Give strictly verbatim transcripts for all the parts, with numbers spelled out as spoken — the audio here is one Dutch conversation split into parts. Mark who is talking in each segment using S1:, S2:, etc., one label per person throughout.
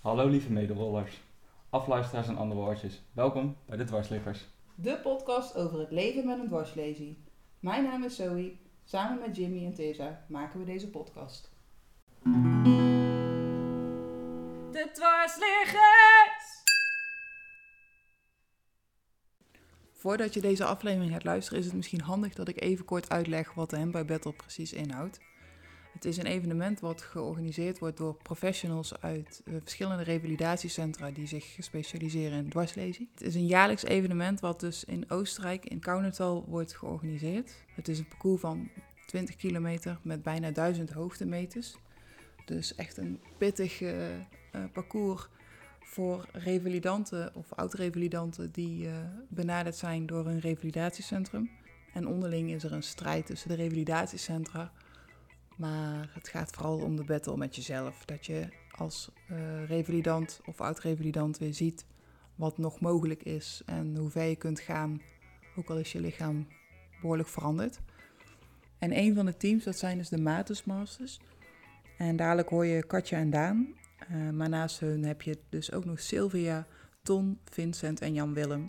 S1: Hallo lieve mederollers, afluisteraars en andere woordjes. Welkom bij de Dwarsliggers.
S2: De podcast over het leven met een dwarslesie. Mijn naam is Zoe. Samen met Jimmy en Tessa maken we deze podcast.
S3: De Dwarsliggers!
S2: Voordat je deze aflevering gaat luisteren, is het misschien handig dat ik even kort uitleg wat de Handbike Battle precies inhoudt. Het is een evenement wat georganiseerd wordt door professionals uit uh, verschillende revalidatiecentra die zich specialiseren in dwarslesie. Het is een jaarlijks evenement wat dus in Oostenrijk, in Kaunertal, wordt georganiseerd. Het is een parcours van twintig kilometer met bijna duizend hoogtemeters. Dus echt een pittig uh, uh, parcours voor revalidanten of oud-revalidanten die uh, benaderd zijn door een revalidatiecentrum. En onderling is er een strijd tussen de revalidatiecentra. Maar het gaat vooral om de battle met jezelf. Dat je als uh, revalidant of oud-revalidant weer ziet wat nog mogelijk is en hoe ver je kunt gaan, ook al is je lichaam behoorlijk veranderd. En een van de teams, dat zijn dus de Matus Masters. En dadelijk hoor je Katja en Daan. Uh, maar naast hun heb je dus ook nog Sylvia, Ton, Vincent en Jan Willem.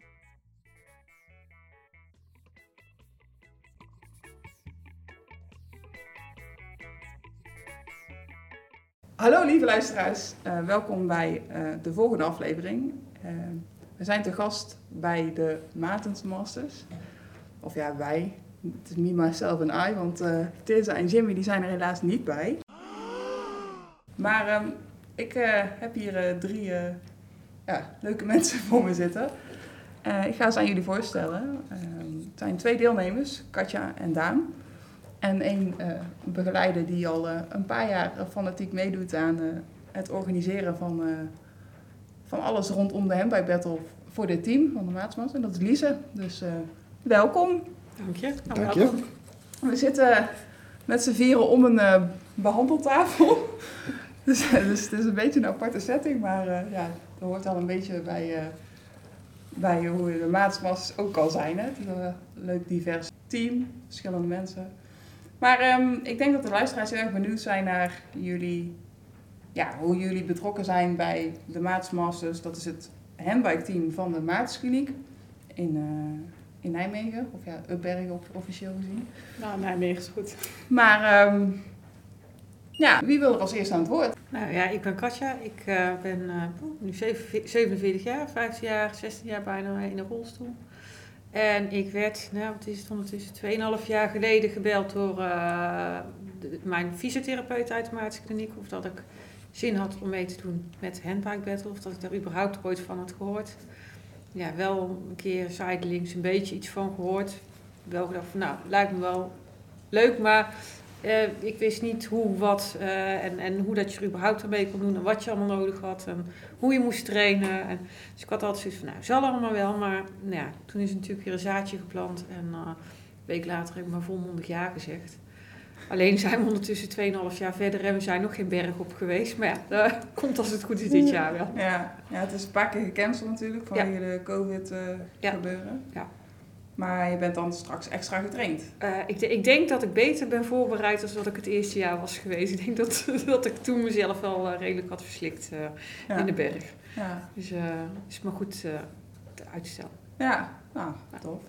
S2: Hallo lieve luisteraars, uh, welkom bij uh, de volgende aflevering. Uh, we zijn te gast bij de Matus Masters. Of ja, wij. Het is me, myself en I, want uh, Tessa en Jimmy die zijn er helaas niet bij. Maar um, ik uh, heb hier uh, drie uh, ja, leuke mensen voor me zitten. Uh, ik ga ze aan jullie voorstellen. Uh, het zijn twee deelnemers, Katja en Daan. En één uh, begeleider die al uh, een paar jaar fanatiek meedoet aan uh, het organiseren van, uh, van alles rondom de Handbike Battle voor dit team van de Maatsmans. En dat is Lise. Dus uh, welkom.
S3: Dank je. Nou,
S4: Dank je.
S3: welkom.
S2: We zitten met z'n vieren om een uh, behandeltafel. dus, dus het is een beetje een aparte setting, maar uh, ja, dat hoort al een beetje bij, uh, bij hoe de Maatsmans ook al zijn. Hè? Het is een leuk divers team, verschillende mensen. Maar um, ik denk dat de luisteraars heel erg benieuwd zijn naar jullie, ja, hoe jullie betrokken zijn bij de Maats Masters. Dat is het handbike team van de Maatskliniek in, uh, in Nijmegen. Of ja, Upbergen op, officieel gezien.
S3: Nou, Nijmegen is goed.
S2: Maar um, ja, wie wil er als eerste aan het woord?
S3: Nou ja, ik ben Katja. Ik uh, ben uh, nu zevenenveertig jaar, vijftien jaar, zestien jaar bijna in een rolstoel. En ik werd, nou wat is het ondertussen, tweeënhalf jaar geleden gebeld door uh, de, mijn fysiotherapeut uit de Maatskliniek. Of dat ik zin had om mee te doen met Handbike Battle. Of dat ik daar überhaupt ooit van had gehoord. Ja, wel een keer zijdelings een beetje iets van gehoord. Wel gedacht van, nou, lijkt me wel leuk, maar uh, ik wist niet hoe, wat uh, en, en hoe dat je er überhaupt aan mee kon doen. En wat je allemaal nodig had en hoe je moest trainen. En, dus ik had altijd zoiets van, nou, zal allemaal wel. Maar nou ja, toen is natuurlijk weer een zaadje geplant. En uh, een week later heb ik maar volmondig ja gezegd. Alleen zijn we ondertussen tweeënhalf jaar verder en we zijn nog geen berg op geweest. Maar ja, dat komt als het goed is dit jaar wel.
S2: Ja, ja het is een paar keer gecanceld natuurlijk vanwege
S3: Ja.
S2: de COVID uh,
S3: Ja.
S2: gebeuren.
S3: Ja.
S2: Maar je bent dan straks extra getraind.
S3: Uh, ik, de, ik denk dat ik beter ben voorbereid dan dat ik het eerste jaar was geweest. Ik denk dat, dat ik toen mezelf wel uh, redelijk had verslikt uh,
S2: Ja.
S3: in de berg.
S2: Ja,
S3: Dus uh, is maar goed uh, te uitstellen.
S2: ja. Nou, tof.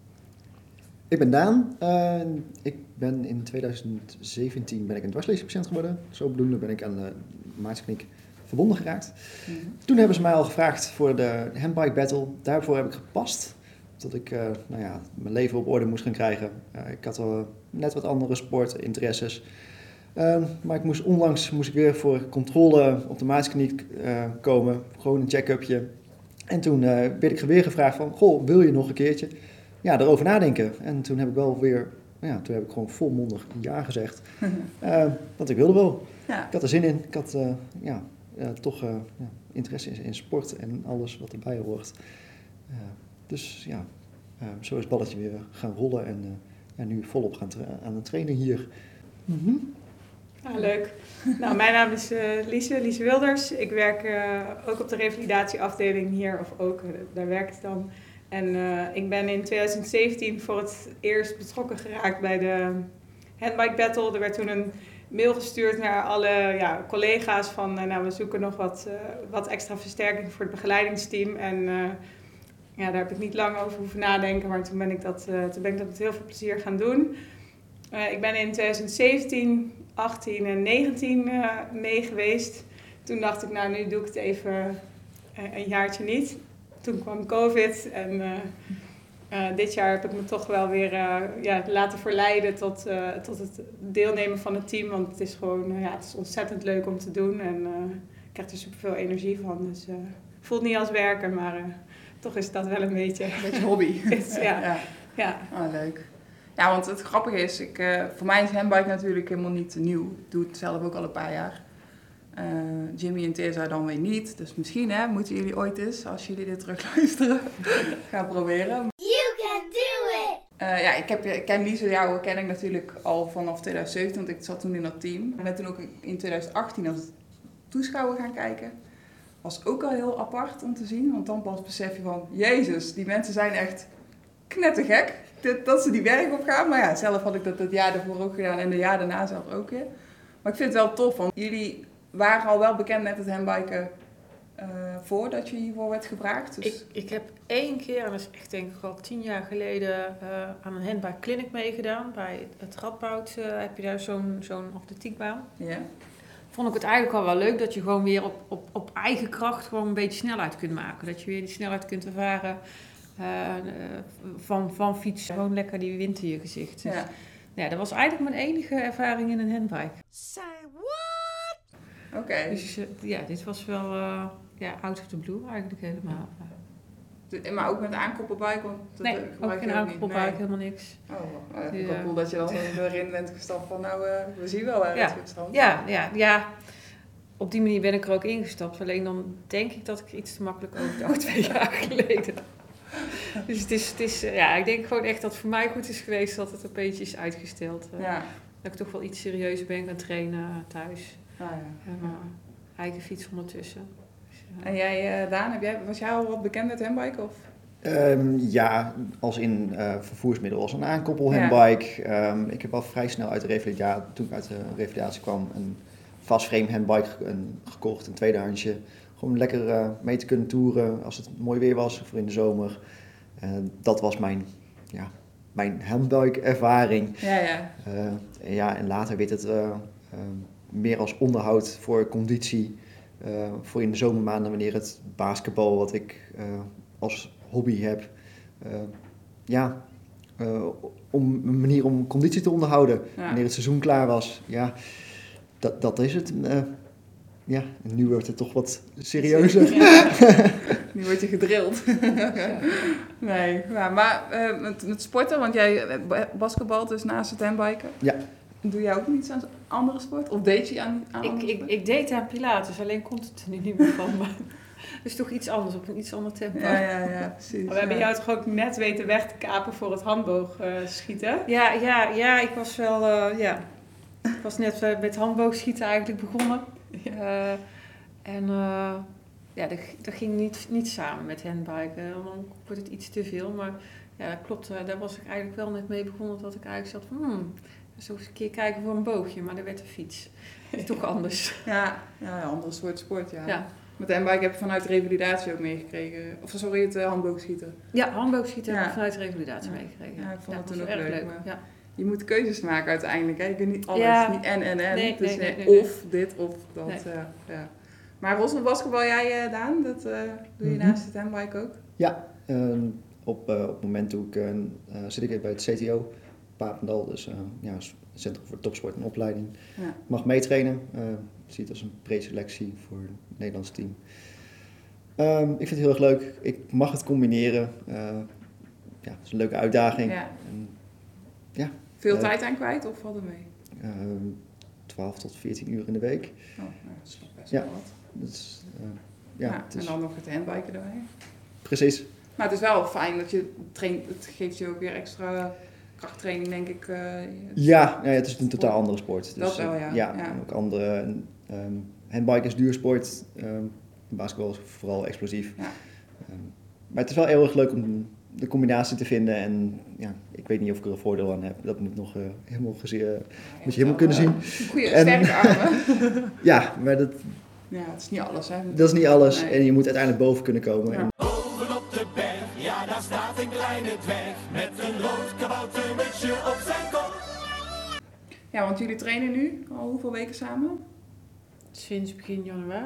S4: Ik ben Daan. Uh, ik ben in twintig zeventien ben ik een dwarsleespatiënt geworden. Zodoende ben ik aan de Maatskliniek verbonden geraakt.
S2: Mm-hmm.
S4: Toen hebben ze mij al gevraagd voor de Handbike Battle. Daarvoor heb ik gepast. Dat ik uh, nou ja, mijn leven op orde moest gaan krijgen. Uh, ik had al net wat andere sportinteresses. Uh, maar ik moest, onlangs moest ik weer voor controle op de Maatskliniek uh, komen. Gewoon een check-upje. En toen uh, werd ik weer gevraagd van, goh, wil je nog een keertje? Ja, daarover nadenken. En toen heb ik wel weer, ja, toen heb ik gewoon volmondig ja gezegd. Uh, want ik wilde wel.
S2: Ja.
S4: Ik had er zin in. Ik had uh, ja, uh, toch uh, ja, interesse in, in sport en alles wat erbij hoort. Uh, dus ja, uh, zo is het balletje weer gaan rollen en uh, ja, nu volop gaan tra- aan het trainen hier. Mm-hmm.
S5: Ah, leuk. Nou, mijn naam is uh, Lise, Lise Wilders. Ik werk uh, ook op de revalidatieafdeling hier, of ook, uh, daar werk ik dan. En uh, ik ben in twintig zeventien voor het eerst betrokken geraakt bij de Handbike Battle. Er werd toen een mail gestuurd naar alle ja, collega's van uh, nou, we zoeken nog wat, uh, wat extra versterking voor het begeleidingsteam. En uh, ja, daar heb ik niet lang over hoeven nadenken, maar toen ben ik dat, uh, toen ben ik dat met heel veel plezier gaan doen. Uh, ik ben in twintig zeventien, achttien en negentien uh, mee geweest. Toen dacht ik, nou nu doe ik het even uh, een jaartje niet. Toen kwam COVID en uh, uh, dit jaar heb ik me toch wel weer uh, ja, laten verleiden tot, uh, tot het deelnemen van het team. Want het is gewoon, uh, ja, het is ontzettend leuk om te doen en uh, ik krijg er superveel energie van. Dus uh, het voelt niet als werken, maar uh, toch is dat wel een beetje...
S2: Een beetje hobby.
S5: is, ja.
S2: ja.
S5: ja.
S2: Oh, leuk. Ja, want het grappige is, ik, uh, voor mij is handbike natuurlijk helemaal niet nieuw. Ik doe het zelf ook al een paar jaar. Uh, Jimmy en Tessa dan weer niet. Dus misschien hè, moeten jullie ooit eens, als jullie dit terugluisteren, gaan proberen.
S6: You can do it!
S2: Uh, ja, ik, heb, ik ken Lise, jou ken ik natuurlijk al vanaf twintig zeventien, want ik zat toen in dat team. Ik ben toen ook in twintig achttien als toeschouwer gaan kijken. Was ook al heel apart om te zien, want dan pas besef je van, jezus, die mensen zijn echt knettergek. Dat, dat ze die berg op gaan. Maar ja, zelf had ik dat het jaar daarvoor ook gedaan en de jaar daarna zelf ook weer. Maar ik vind het wel tof, want jullie waren al wel bekend met het handbiken uh, voordat je hiervoor werd gevraagd. Dus...
S3: Ik, ik heb één keer, en dat is echt denk ik al tien jaar geleden, uh, aan een handbike clinic meegedaan. Bij het Radboud uh, heb je daar zo'n, zo'n atletiekbaan.
S2: Ja.
S3: Vond ik het eigenlijk al wel leuk dat je gewoon weer op, op, op eigen kracht gewoon een beetje snelheid kunt maken. Dat je weer die snelheid kunt ervaren uh, uh, van, van fietsen. Gewoon lekker die wind in je gezicht. Dus,
S2: Ja.
S3: ja, dat was eigenlijk mijn enige ervaring in een handbike.
S6: Say what?
S2: Oké. Okay.
S3: Dus uh, ja, dit was wel uh, ja, out of the blue eigenlijk helemaal.
S2: Maar ook met aankoppelbike? Want dat
S3: Nee, ook geen aankoppelbike,
S2: nee.
S3: helemaal niks.
S2: Oh, dat vind ik
S3: Ja.
S2: wel cool dat je dan erin bent gestapt van nou, uh, we zien wel waar
S3: Ja.
S2: het goed staat.
S3: Ja, ja, ja. Op die manier ben ik er ook ingestapt. Alleen dan denk ik dat ik er iets te makkelijk over dacht twee jaar geleden. Dus het is, het is, ja, ik denk gewoon echt dat het voor mij goed is geweest dat het een beetje is uitgesteld. Uh,
S2: Ja.
S3: Dat ik toch wel iets serieuzer ben gaan trainen thuis.
S2: Ah, ja.
S3: En mijn eigen fiets ondertussen. Dus, uh,
S2: En jij, uh, Daan, heb jij, was jij al wat bekend met handbiken? Of?
S4: Um, ja, als in uh, vervoersmiddel, als een aankoppel handbike. Ja. Um, ik heb al vrij snel uit de revalidatie, toen ik uit de revalidatie kwam, een fast frame handbike een, gekocht, een tweedehandsje. Gewoon lekker uh, mee te kunnen toeren als het mooi weer was, of in de zomer. Uh, dat was mijn, ja, mijn handbike ervaring.
S2: Ja, ja.
S4: Uh, en, ja, en later werd het uh, uh, meer als onderhoud voor conditie. Uh, voor in de zomermaanden wanneer het basketbal, wat ik uh, als hobby heb. Uh, ja, uh, om een manier om conditie te onderhouden.
S2: Ja.
S4: Wanneer het seizoen klaar was. Ja, dat, dat is het. Uh, ja, en nu wordt het toch wat serieuzer.
S2: Ja. Nu word je gedrild. Nee, ja, maar uh, met, met sporten, want jij basketbalt dus naast het handbiken.
S4: Ja.
S2: Doe jij ook niets aan andere sport? Of deed je aan, aan
S3: ik,
S2: andere
S3: ik,
S2: sport?
S3: ik deed aan Pilates, alleen komt het er nu niet meer van. Maar dus toch iets anders, op een iets ander tempo.
S2: Ja, ja, ja, precies.
S5: Maar we hebben
S2: ja.
S5: jou toch ook net weten weg te kapen voor het handboogschieten?
S3: Ja, ja, ja, ik was wel, uh, ja, ik was net uh, met handboogschieten eigenlijk begonnen. Uh, en uh, ja, dat, dat ging niet, niet samen met handbiken. Dan wordt het iets te veel, maar ja, dat klopt. Uh, daar was ik eigenlijk wel net mee begonnen, dat ik eigenlijk zat van, hmm, zo eens een keer kijken voor een boogje, maar dat werd een fiets. Dat is toch anders.
S2: Ja, ja, een andere soort sport, ja.
S3: Ja.
S2: Met handbike heb je vanuit de revalidatie ook meegekregen. Of sorry, het uh, handboogschieten.
S3: Ja, handboogschieten
S2: Ja.
S3: heb ik vanuit de revalidatie
S2: Ja.
S3: meegekregen.
S2: Ja, ik vond het
S3: dat
S2: toen
S3: was
S2: ook
S3: erg
S2: leuk,
S3: leuk.
S2: maar-
S3: Ja.
S2: Je moet keuzes maken uiteindelijk. Hè? Je kunt niet alles,
S3: Ja.
S2: niet en en en.
S3: Nee,
S2: dus
S3: nee, nee,
S2: nee,
S3: nee,
S2: of dit of dat.
S3: Nee.
S2: Ja, ja. Maar Rosner basketbal jij, uh, Daan? Dat uh, doe je
S4: Mhm.
S2: naast het handbike ook?
S4: Ja, uh, op, uh, op het moment doe ik, uh, uh, zit ik bij het C T O, Papendal, dus uh, ja, Centrum voor Topsport en Opleiding.
S2: Ja.
S4: Ik mag meetrainen, uh, zie het als een preselectie voor het Nederlandse team. Um, ik vind het heel erg leuk, ik mag het combineren, uh, ja, het is een leuke uitdaging.
S2: Ja.
S4: En, ja,
S2: Veel
S4: Uh,
S2: tijd aan kwijt of valt er mee?
S4: uh, twaalf tot veertien uur in de week.
S2: Oh, nou, dat is nog best
S4: Ja.
S2: wel wat.
S4: Dat is, uh, ja,
S2: Ja,
S4: het
S2: en
S4: is,
S2: dan nog het handbiken erbij.
S4: precies.
S2: Maar het is wel fijn dat je traint. Het geeft je ook weer extra krachttraining, denk ik. Uh,
S4: Ja, ja, het is een totaal andere sport. Dus,
S2: Dat wel, ja.
S4: uh, ja,
S2: Ja.
S4: en ook andere. Um, handbike is duursport. Um, basketbal is vooral explosief.
S2: Ja.
S4: Um, maar het is wel heel erg leuk om de combinatie te vinden. En ja, ik weet niet of ik er een voordeel aan heb. Dat moet nog uh, helemaal gezien, uh, moet je helemaal kunnen zien.
S2: Goeie,
S4: en,
S2: sterke armen.
S4: Ja, maar dat...
S2: Ja, het is niet alles, hè?
S4: Dat is niet alles.
S2: Nee.
S4: En je moet uiteindelijk boven kunnen komen.
S2: Ja.
S4: En...
S7: Bovenop de berg, ja daar staat een kleine dwerg. Met een rood kaboutermutsje op zijn kop.
S2: Ja, want jullie trainen nu al hoeveel weken samen?
S3: Sinds begin januari.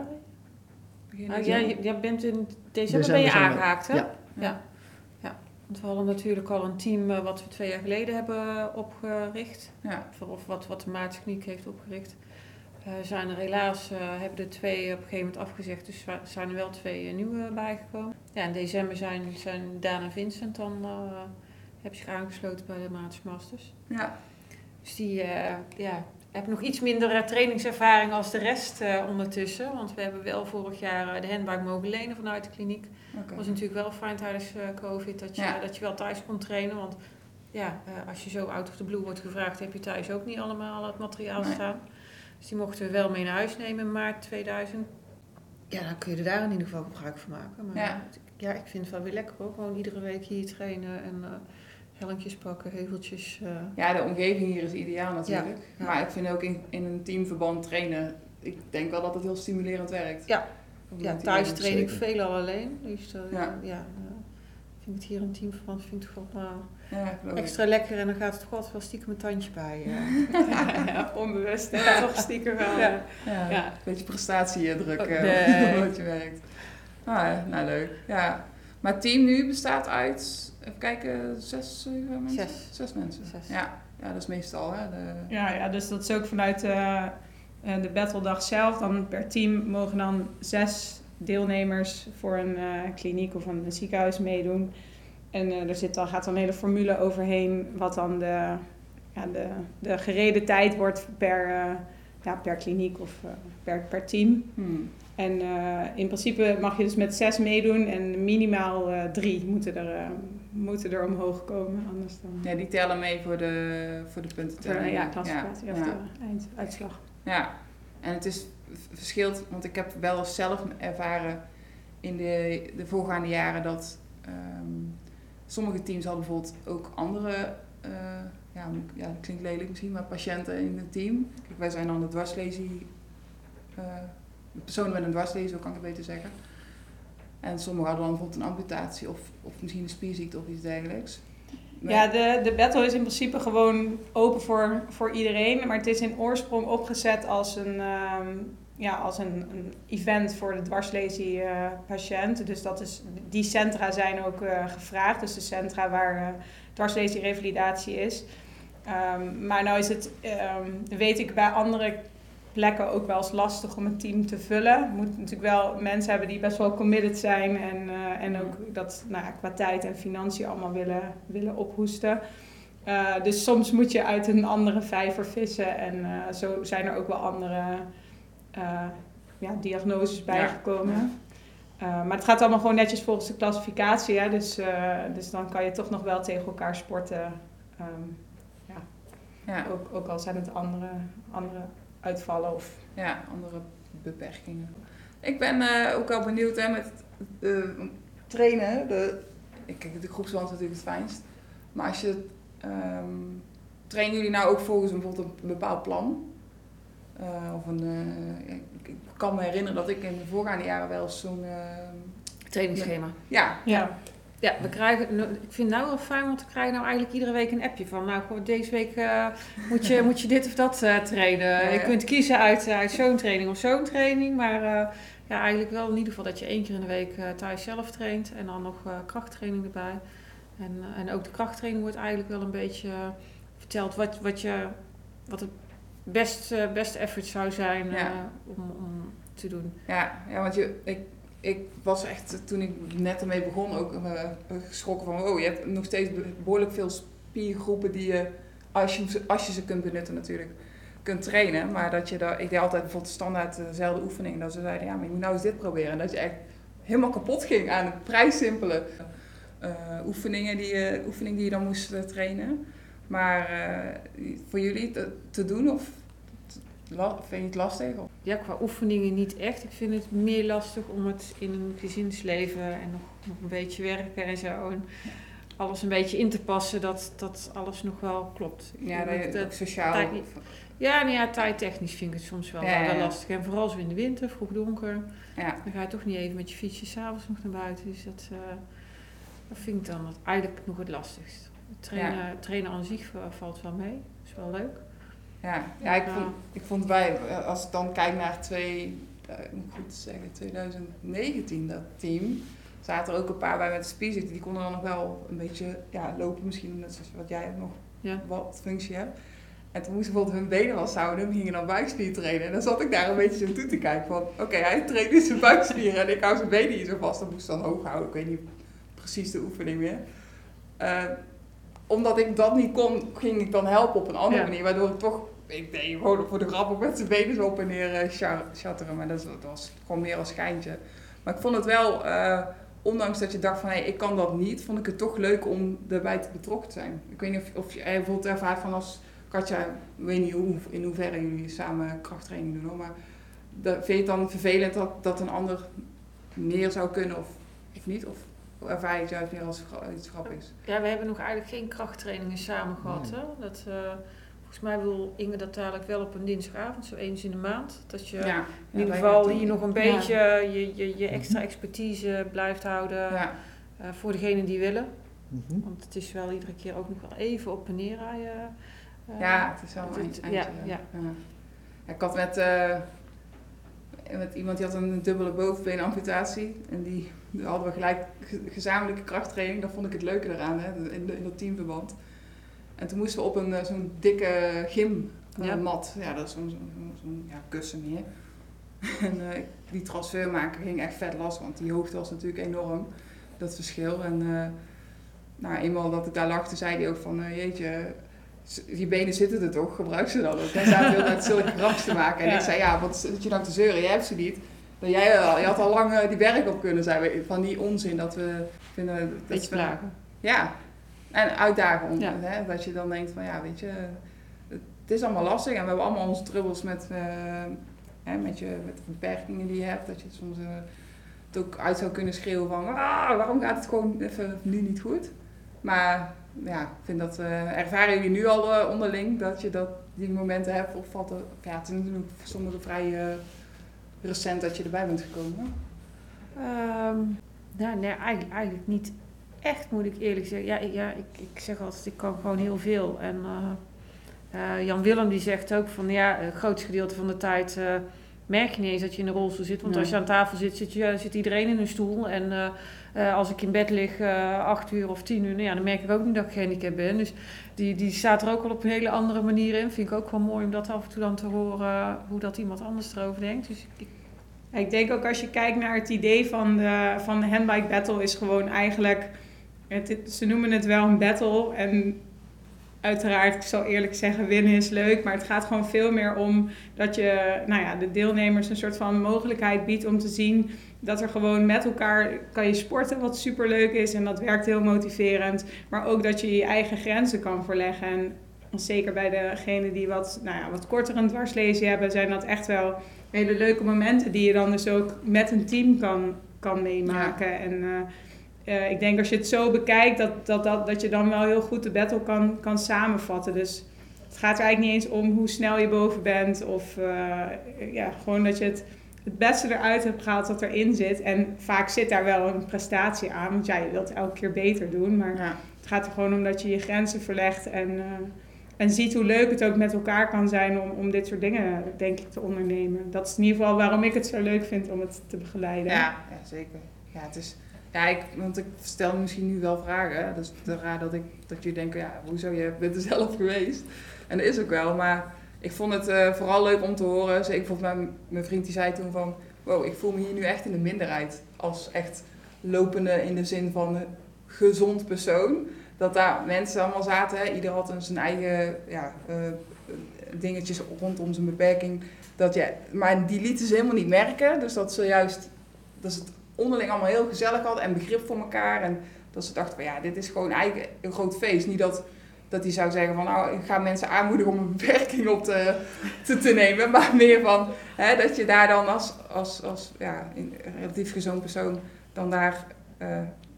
S2: Begin
S3: Ah,
S2: december?
S3: jij, jij bent in december,
S4: December
S3: ben je
S4: zijn we-
S3: aangehaakt, hè?
S4: Ja.
S3: Ja. Ja. Want we hadden natuurlijk al een team uh, wat we twee jaar geleden hebben opgericht.
S2: Ja.
S3: Of wat, wat de Maartenskliniek heeft opgericht. Uh, zijn er helaas, uh, hebben er twee op een gegeven moment afgezegd. Dus er zijn er wel twee uh, nieuwe bijgekomen. Ja, in december zijn, zijn Daan en Vincent dan uh, hebben zich aangesloten bij de Maartens Masters.
S2: Ja.
S3: Dus die uh, ja, hebben nog iets minder uh, trainingservaring als de rest uh, ondertussen. Want we hebben wel vorig jaar uh, de handbike mogen lenen vanuit de kliniek.
S2: Okay.
S3: Dat was natuurlijk wel fijn tijdens uh, COVID dat je,
S2: Ja.
S3: dat je wel thuis kon trainen. Want ja, uh, als je zo out of the blue wordt gevraagd, heb je thuis ook niet allemaal het materiaal
S2: Nee.
S3: staan. Dus die mochten we wel mee naar huis nemen in maart tweeduizend. Ja, dan kun je er daar in ieder geval gebruik van maken. Maar
S2: Ja.
S3: ja, ik vind het wel weer lekker hoor. Gewoon iedere week hier trainen en uh, helmtjes pakken, heuveltjes. Uh.
S2: Ja, de omgeving hier is ideaal natuurlijk.
S3: Ja, ja.
S2: Maar ik vind ook in, in een teamverband trainen, ik denk wel dat het heel stimulerend werkt.
S3: Ja.
S2: Of
S3: Ja,
S2: moet
S3: thuis
S2: je-
S3: train ik
S4: zeker.
S3: veelal alleen. Dus uh,
S2: Ja.
S3: ja, ja uh, vind ik het hier een teamverband vind ik toch wel uh,
S2: Ja, geloof ik.
S3: extra lekker. En dan gaat er toch altijd wel stiekem een tandje bij. Uh.
S5: Ja, onbewust. Ja, toch stiekem wel.
S3: Ja.
S2: Ja,
S3: Ja.
S2: een beetje prestatiedruk
S3: Oh,
S2: uh,
S3: nee.
S2: wat je werkt. Ah, ja, nou leuk. Ja. Maar het team nu bestaat uit, even kijken, zes, zeven mensen?
S3: Zes.
S2: Zes mensen.
S3: Zes.
S2: Ja. Ja, dat is meestal hè. De...
S5: Ja, ja, dus dat is ook vanuit uh, de battledag zelf. Dan per team mogen dan zes deelnemers voor een uh, kliniek of een, een ziekenhuis meedoen. En uh, er zit dan, gaat dan een hele formule overheen wat dan de, ja, de, de gereden tijd wordt per, uh, ja, per kliniek of uh, per, per team.
S2: Hmm.
S5: En uh, in principe mag je dus met zes meedoen en minimaal uh, drie moeten er, uh, moeten er omhoog komen. Anders dan...
S2: Ja, die tellen mee voor de, voor de punten.
S5: Voor, uh, ja, klassificatie
S2: ja.
S5: of
S2: Ja.
S5: de einduitslag.
S2: Ja, en het is verschilt, want ik heb wel eens zelf ervaren in de, de voorgaande jaren dat um, sommige teams hadden bijvoorbeeld ook andere, uh, ja, ja, dat klinkt lelijk misschien, maar patiënten in het team. Kijk, wij zijn dan de dwarslesie, uh, de personen met een dwarslesie, zo kan ik het beter zeggen. En sommigen hadden dan bijvoorbeeld een amputatie of, of misschien een spierziekte of iets dergelijks. Maar
S5: Ja, de, de battle is in principe gewoon open voor, voor iedereen. Maar het is in oorsprong opgezet als een, um, ja, als een, een event voor de dwarslesie uh, patiënt. Dus dat is, die centra zijn ook uh, gevraagd. Dus de centra waar uh, dwarslesie revalidatie is. Um, maar nou is het, um, weet ik bij andere plekken ook wel eens lastig om een team te vullen. Je moet natuurlijk wel mensen hebben die best wel committed zijn en, uh, en ook dat nou ja, qua tijd en financiën allemaal willen, willen ophoesten. Uh, dus soms moet je uit een andere vijver vissen en uh, zo zijn er ook wel andere uh, ja, diagnoses bijgekomen. Ja. Uh, maar het gaat allemaal gewoon netjes volgens de klassificatie, hè? Dus, uh, dus dan kan je toch nog wel tegen elkaar sporten. Um, ja.
S2: ja,
S5: Ook, ook al zijn het andere, andere uitvallen of...
S2: ja, andere beperkingen. Ik ben uh, ook al benieuwd hè, met uh, trainen. De, ik kijk, de groepsband is natuurlijk het fijnst. Maar als je um, trainen jullie nou ook volgens een, bijvoorbeeld een bepaald plan? Uh, of een, uh, ik, ik kan me herinneren dat ik in de voorgaande jaren wel eens zo'n... Uh,
S3: Trainingsschema.
S2: ja,
S5: Ja.
S3: Ja, we krijgen, ik vind het nou wel fijn, want we krijgen nou eigenlijk iedere week een appje van, nou deze week uh, moet, je, moet je dit of dat uh, trainen.
S2: Ja, ja.
S3: Je kunt kiezen uit, uit zo'n training of zo'n training, maar uh, ja, eigenlijk wel in ieder geval dat je één keer in de week uh, thuis zelf traint en dan nog uh, krachttraining erbij. En, uh, en ook de krachttraining wordt eigenlijk wel een beetje uh, verteld wat, wat, je, wat het best, uh, best effort zou zijn uh,
S2: Ja.
S3: om, om te doen.
S2: ja, ja, want je, ik, ik was echt, toen ik net ermee begon, ook uh, geschrokken van, oh, je hebt nog steeds behoorlijk veel spiergroepen die je, als je, als je ze kunt benutten natuurlijk, kunt trainen. Maar dat je daar, ik deed altijd bijvoorbeeld standaard dezelfde oefening, dat ze zeiden, ja, maar je moet nou eens dit proberen. En dat je echt helemaal kapot ging aan het vrij simpele uh, oefeningen die je, oefening die je dan moest uh, trainen. Maar uh, voor jullie te, te doen, of vind je het lastig?
S3: Ja, qua oefeningen niet echt. Ik vind het meer lastig om het in een gezinsleven en nog, nog een beetje werken en zo. En alles een beetje in te passen, dat, dat alles nog wel klopt.
S2: Ja, dat je
S3: Dat-
S2: ook sociaal...
S3: tijd niet- Ja, nou ja, tijdtechnisch vind ik het soms wel,
S2: Ja, ja,
S3: wel
S2: ja.
S3: lastig. En vooral zo in de winter, vroeg donker,
S2: Ja,
S3: dan ga je toch niet even met je fietsje s'avonds nog naar buiten. Dus dat, uh, dat vind ik dan het, eigenlijk nog het lastigst. Trainen,
S2: Ja.
S3: trainen aan zich uh, valt wel mee, is wel leuk.
S2: ja. ja ik,
S3: Ja.
S2: vond, ik vond bij, als ik dan kijk naar twee, uh, ik moet goed zeggen, twintig negentien, dat team, zaten er ook een paar bij met spierziekte. Die konden dan nog wel een beetje ja, lopen, misschien net zoals wat jij nog
S3: Ja.
S2: wat functie hebt. En toen moesten bijvoorbeeld hun benen vasthouden en gingen dan buikspier trainen. En dan zat ik daar een beetje zo toe te kijken van, oké, okay, hij traint nu zijn buikspieren en ik hou zijn benen hier zo vast. Dan moest ik dan hoog houden, ik weet niet precies de oefening meer. Uh, omdat ik dat niet kon, ging ik dan helpen op een andere
S3: Ja.
S2: manier. Waardoor ik toch, ik deed gewoon voor de grap ook met zijn benen zo op en neer uh, chatteren. Maar dat, dat was gewoon meer als schijntje. Maar ik vond het wel, uh, ondanks dat je dacht van, hé, hey, ik kan dat niet, vond ik het toch leuk om erbij te betrokken te zijn. Ik weet niet of, of je bijvoorbeeld ervaart van als Katja, ik weet niet hoe, in hoeverre jullie samen krachttraining doen hoor, maar dat, vind je het dan vervelend dat, dat een ander meer zou kunnen of, of niet? Of ervaar je het juist meer als iets grappigs?
S3: Ja, we hebben nog eigenlijk geen krachttrainingen samen gehad.
S4: Nee.
S3: Hè? Dat, uh, volgens mij wil Inge dat dadelijk wel op een dinsdagavond, zo eens in de maand. Dat je
S2: Ja,
S3: in ieder
S2: ja,
S3: geval
S2: wij
S3: hier nog een
S2: ja.
S3: beetje je, je, je extra expertise blijft houden
S2: Ja,
S3: uh, voor degenen die willen.
S4: Mhm.
S3: Want het is wel iedere keer ook nog wel even op en neer rijden. Uh,
S2: ja, het is wel een
S3: het-
S2: eind-
S3: ja,
S2: eindje.
S3: ja.
S2: Ja. Ja, ik had met, uh, met iemand die had een dubbele bovenbeenamputatie. En die, die hadden we gelijk ge- gezamenlijke krachttraining. Dat vond ik het leuke eraan, hè, in, de, in dat teamverband. En toen moesten we op een uh, zo'n dikke gymmat.
S3: Ja.
S2: Ja. ja, dat is zo'n zo, zo, zo, ja, kussen meer. En uh, die transfer maken ging echt vet lastig, want die hoogte was natuurlijk enorm. Dat verschil. En uh, nou, eenmaal dat ik daar lag, toen zei hij ook van, uh, jeetje, je benen zitten er toch, gebruik ze dan ook. Hij zaten heel tijd zulke grapjes te maken. En
S3: Ja.
S2: ik zei, ja, wat zit je nou te zeuren, je hebt ze niet. Dat jij al, je had al lang uh, die berg op kunnen zijn, van die onzin dat we vinden... Dat
S3: Beetje
S2: we-
S3: plagen.
S2: Ja, en uitdagen. Om,
S3: Ja.
S2: hè, dat je dan denkt van, ja, weet je, het is allemaal lastig. En we hebben allemaal onze trubbels met, uh, hè, met, je, met de beperkingen die je hebt. Dat je soms uh, het ook uit zou kunnen schreeuwen van, ah, waarom gaat het gewoon even nu niet goed? Maar ja, ik vind dat, uh, ervaren jullie nu al uh, onderling dat je dat, die momenten hebt? Of valt er, ja, het is natuurlijk voor sommigen vrij uh, recent dat je erbij bent gekomen.
S3: Um, nou, nee, eigenlijk, eigenlijk niet echt, moet ik eerlijk zeggen. Ja, ik, ja ik, ik zeg altijd, ik kan gewoon heel veel. En uh, uh, Jan Willem die zegt ook van, ja, het grootste gedeelte van de tijd uh, merk je niet eens dat je in een rolstoel zit. Want
S2: Nee.
S3: als je aan tafel zit, zit, je, zit iedereen in een stoel. En uh, uh, als ik in bed lig, uh, acht uur of tien uur, nou ja, dan merk ik ook niet dat ik gehandicapt ben. Dus die, die staat er ook al op een hele andere manier in. Vind ik ook wel mooi om dat af en toe dan te horen, hoe dat iemand anders erover denkt. Dus ik,
S5: Ja, ik denk ook als je kijkt naar het idee van de, van de handbike battle is gewoon eigenlijk... Het, ze noemen het wel een battle en uiteraard, ik zal eerlijk zeggen, winnen is leuk. Maar het gaat gewoon veel meer om dat je nou ja, de deelnemers een soort van mogelijkheid biedt om te zien... dat er gewoon met elkaar kan je sporten, wat superleuk is en dat werkt heel motiverend. Maar ook dat je je eigen grenzen kan verleggen. En zeker bij degenen die wat, nou ja, wat korter een dwarslesie hebben, zijn dat echt wel hele leuke momenten die je dan dus ook met een team kan, kan meemaken. Ja. En uh, uh, ik denk als je het zo bekijkt, dat, dat, dat, dat je dan wel heel goed de battle kan, kan samenvatten. Dus het gaat er eigenlijk niet eens om hoe snel je boven bent of uh, ja, gewoon dat je het, het beste eruit hebt gehaald wat erin zit. En vaak zit daar wel een prestatie aan, want ja, je wilt elke keer beter doen. Maar ja. Het gaat er gewoon om dat je je grenzen verlegt en... Uh, En ziet hoe leuk het ook met elkaar kan zijn om, om dit soort dingen, denk ik, te ondernemen. Dat is in ieder geval waarom ik het zo leuk vind om het te begeleiden.
S2: Ja, ja zeker. Ja, het is, ja, ik, want ik stel misschien nu wel vragen. Dus het is raar dat, ik, dat jullie denken, ja, hoezo, je bent er zelf geweest. En dat is ook wel, maar ik vond het uh, vooral leuk om te horen. Zeker volgens mij, mijn vriend die zei toen van, wow, ik voel me hier nu echt in de minderheid. Als echt lopende in de zin van gezond persoon. Dat daar mensen allemaal zaten, hè. Ieder had zijn eigen ja, uh, dingetjes rondom zijn beperking. Dat, ja, maar die lieten ze helemaal niet merken. Dus dat ze juist, dat ze het onderling allemaal heel gezellig hadden en begrip voor elkaar. En dat ze dachten van ja, dit is gewoon eigenlijk een groot feest. Niet dat, dat hij zou zeggen van nou, ik ga mensen aanmoedigen om een beperking op te, te, te nemen. Maar meer van, hè, dat je daar dan als, als, als ja, een relatief gezond persoon dan daar... Uh,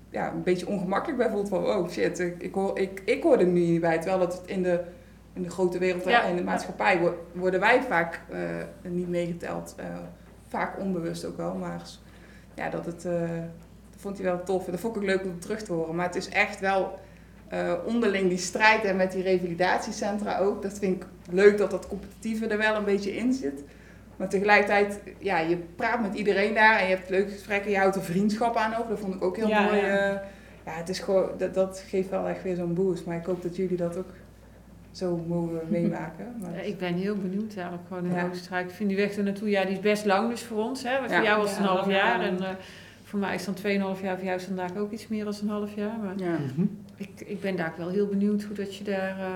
S2: ja, een beetje ongemakkelijk bij voelt van oh shit, ik, ik, hoor, ik, ik hoor er nu niet bij. Terwijl dat in de, in de grote wereld,
S5: Ja.
S2: in de maatschappij, wo- worden wij vaak uh, niet meegeteld. Uh, vaak onbewust ook wel, maar ja, dat het, uh, dat vond hij wel tof. En dat vond ik ook leuk om terug te horen. Maar het is echt wel uh, onderling die strijd en met die revalidatiecentra ook. Dat vind ik leuk dat dat competitieve er wel een beetje in zit. Maar tegelijkertijd, ja, je praat met iedereen daar en je hebt leuke gesprekken. Je houdt een vriendschap aan over. Dat vond ik ook heel
S5: Ja,
S2: mooi.
S5: ja.
S2: Uh, ja, het is gewoon, dat, dat geeft wel echt weer zo'n boost. Maar ik hoop dat jullie dat ook zo mogen meemaken. Maar
S3: Ja, ik ben heel benieuwd eigenlijk gewoon in
S2: Ja.
S3: Oostenrijk. Ik vind die weg er naartoe, ja, die is best lang dus voor ons. Hè. Maar
S2: Ja.
S3: voor jou was het
S5: Ja,
S3: een half
S5: lang,
S3: jaar.
S5: ja.
S3: En uh, voor mij is dan tweeënhalf jaar. Voor jou is het vandaag ook iets meer dan een half jaar. Maar
S2: ja.
S4: Mhm.
S3: ik, ik ben daar ook wel heel benieuwd hoe dat je daar uh,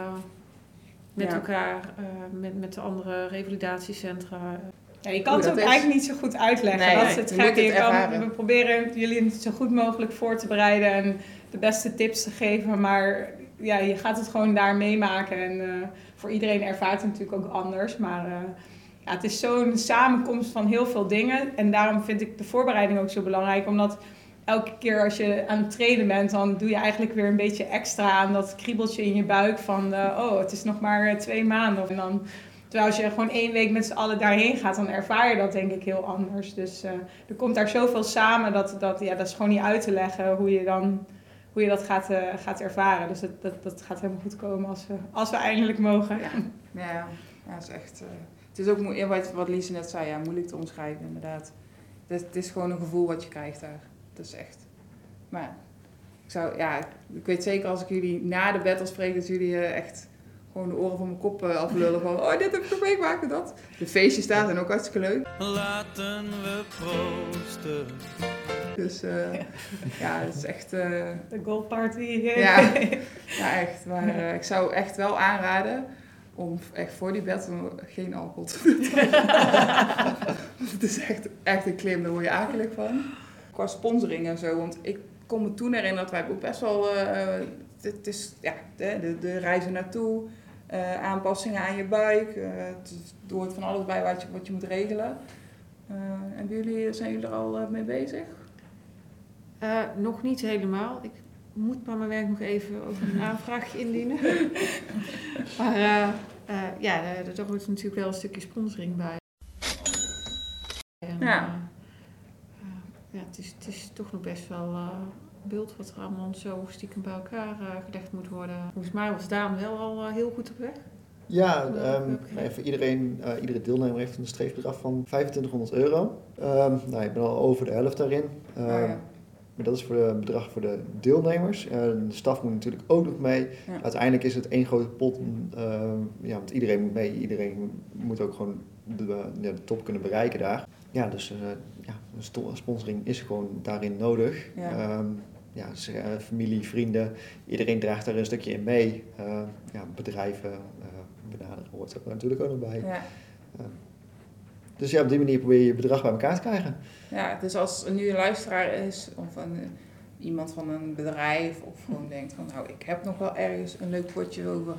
S3: met
S2: Ja.
S3: elkaar, uh, met, met de andere revalidatiecentra...
S5: Ja, je kan
S2: Hoe
S5: het
S2: dat
S5: ook
S2: is.
S5: eigenlijk niet zo goed uitleggen.
S2: Nee,
S5: dat
S2: nee,
S5: is het
S2: je
S5: gekke.
S2: moet het
S5: Je kan-
S2: ervaren.
S5: We proberen jullie het zo goed mogelijk voor te bereiden en de beste tips te geven. Maar ja, je gaat het gewoon daar meemaken. En uh, voor iedereen ervaart het natuurlijk ook anders. Maar uh, ja, het is zo'n samenkomst van heel veel dingen. En daarom vind ik de voorbereiding ook zo belangrijk. Omdat elke keer als je aan het trainen bent, dan doe je eigenlijk weer een beetje extra aan dat kriebeltje in je buik. Van uh, oh, het is nog maar uh, twee maanden. En dan... Terwijl als je gewoon één week met z'n allen daarheen gaat, dan ervaar je dat denk ik heel anders. Dus uh, er komt daar zoveel samen, dat, dat, ja, dat is gewoon niet uit te leggen hoe je, dan, hoe je dat gaat, uh, gaat ervaren. Dus dat, dat, dat gaat helemaal goed komen als we, als we eindelijk mogen.
S2: Ja, ja, ja, het is echt... Uh, het is ook moe- wat, wat Lise net zei, ja, moeilijk te omschrijven inderdaad. Het, het is gewoon een gevoel wat je krijgt daar. Dat is echt... Maar ik zou, ja, ik weet zeker als ik jullie na de battle spreek, dat jullie uh, echt... gewoon de oren van mijn kop uh, aflullen. Van, oh, dit heb ik nog meegemaakt en dat. De feestjes daar zijn ook hartstikke leuk.
S7: Laten we proosten.
S2: Dus uh, ja, het is echt... Uh,
S5: De goldparty.
S2: ja, ja, echt. Maar uh, ik zou echt wel aanraden om echt voor die battle geen alcohol te drinken. Het is echt, echt een klim, daar word je akelig van. Qua sponsoring en zo, want ik kon me toen herinneren dat wij ook best wel... Uh, het is, ja, de, de, de reizen naartoe... Uh, aanpassingen aan je buik. Uh, het is, er hoort van alles bij wat je, wat je moet regelen. Uh, en jullie, zijn jullie er al uh, mee bezig?
S3: Uh, nog niet helemaal. Ik moet bij mijn werk nog even ook een aanvraagje indienen. maar uh, uh, ja, daar hoort natuurlijk wel een stukje sponsoring bij. En,
S2: Ja.
S3: Uh, uh, ja, het is, het is toch nog best wel... Uh, beeld wat er allemaal zo stiekem bij elkaar uh, gelegd moet worden. Volgens mij was Daan wel al uh, heel goed op weg.
S4: Ja,
S3: Ja,
S4: um,
S3: oké.
S4: voor iedereen, uh, iedere deelnemer heeft een streefbedrag van vijfentwintighonderd euro. Um, nou, ik ben al over de helft daarin. Um,
S2: Oh, ja.
S4: Maar dat is voor het bedrag voor de deelnemers. Uh, de staf moet natuurlijk ook nog mee.
S2: Ja.
S4: Uiteindelijk is het één grote pot. Uh, ja, want iedereen moet mee. Iedereen moet ook gewoon de, de, de top kunnen bereiken daar. Ja, dus uh, ja, sto- sponsoring is gewoon daarin nodig.
S2: Ja.
S4: Um, ja, dus, uh, familie, vrienden, iedereen draagt daar een stukje in mee. Uh, ja, bedrijven uh, benaderen hoort er natuurlijk ook nog bij.
S2: Ja.
S4: Uh, dus ja, op die manier probeer je je bedrag bij elkaar te krijgen.
S2: Ja, dus als er nu een luisteraar is of een, uh, iemand van een bedrijf of gewoon denkt van nou, ik heb nog wel ergens een leuk potje over.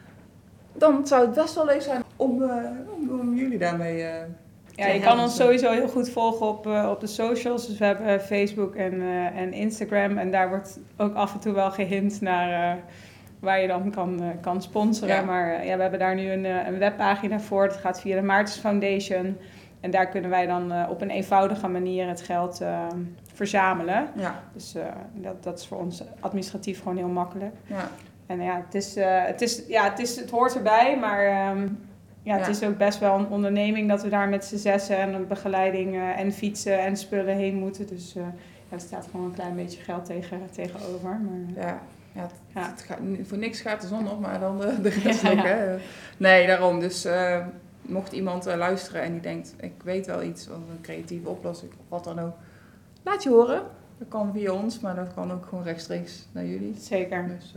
S2: Dan zou het best wel leuk zijn om, uh, om, om jullie daarmee... Uh,
S5: Ja, je kan ons sowieso heel goed volgen op, uh, op de socials. Dus we hebben uh, Facebook en, uh, en Instagram. En daar wordt ook af en toe wel gehint naar uh, waar je dan kan, uh, kan sponsoren.
S2: Ja.
S5: Maar uh, ja, we hebben daar nu een, uh, een webpagina voor. Dat gaat via de Maartens Foundation. En daar kunnen wij dan uh, op een eenvoudige manier het geld uh, verzamelen.
S2: Ja,
S5: Dus uh, dat, dat is voor ons administratief gewoon heel makkelijk.
S2: ja.
S5: En uh, ja, het, is, uh, het, is, ja het, is, het hoort erbij, maar... Um, Ja, het
S2: Ja.
S5: is ook best wel een onderneming dat we daar met z'n zessen en een begeleiding uh, en fietsen en spullen heen moeten. Dus uh, ja, er staat gewoon een klein beetje geld tegen, tegenover. Maar,
S2: Ja, ja, het,
S5: Ja.
S2: het gaat, voor niks gaat de zon op, maar dan de, de rest
S5: Ja,
S2: ook.
S5: ja.
S2: Hè. Nee, daarom. Dus uh, mocht iemand uh, luisteren en die denkt, ik weet wel iets, of een creatieve oplossing of wat dan ook. Laat je horen. Dat kan via ons, maar dat kan ook gewoon rechtstreeks naar jullie.
S5: zeker.
S2: Dus, uh,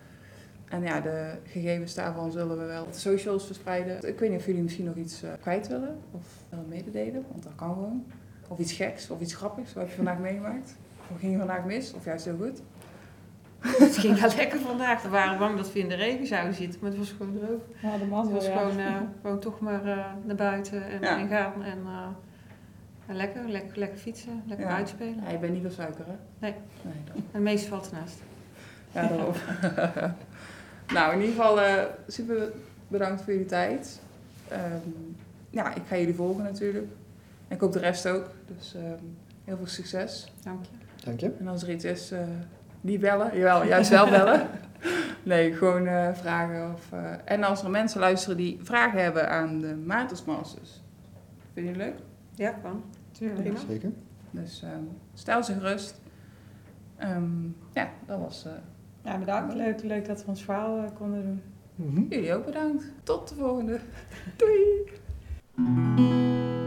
S2: en ja, de gegevens daarvan zullen we wel op de socials verspreiden. Ik weet niet of jullie misschien nog iets uh, kwijt willen of uh, mededelen, want dat kan gewoon. Of iets geks of iets grappigs, wat heb je vandaag meegemaakt? Of ging je vandaag mis? Of juist heel goed?
S3: Het ging wel lekker vandaag. We waren bang dat we in de regen zouden zitten, maar het was gewoon droog.
S5: Ja, de
S3: Het
S5: mazzel,
S3: was
S5: ja.
S3: gewoon, uh, gewoon toch maar uh, naar buiten en,
S2: Ja.
S3: en gaan. En, uh, Ja, lekker, lekker, lekker fietsen, lekker
S2: Ja.
S3: uitspelen.
S2: Ja, je bent niet van suiker, hè?
S3: Nee.
S2: Nee, dan.
S3: Het meeste valt ernaast.
S2: Ja, daarom. Nou, in ieder geval uh, super bedankt voor jullie tijd. Um, ja, ik ga jullie volgen natuurlijk. En ik hoop de rest ook. Dus um, heel veel succes.
S3: Dank je.
S4: Dank je.
S2: En als er iets is, uh, niet bellen. Jawel, juist wel bellen. Nee, gewoon uh, vragen. Of, uh, en als er mensen luisteren die vragen hebben aan de Maartens Masters. Vind je het leuk?
S3: Ja, kan. Tuurlijk. Prima.
S4: Zeker.
S2: Dus um, stel ze gerust. Um, ja, dat was... Uh,
S5: Ja, bedankt. Leuk, leuk dat we ons verhaal uh, konden doen.
S4: Mm-hmm.
S2: Jullie ook bedankt. Tot de volgende. Doei!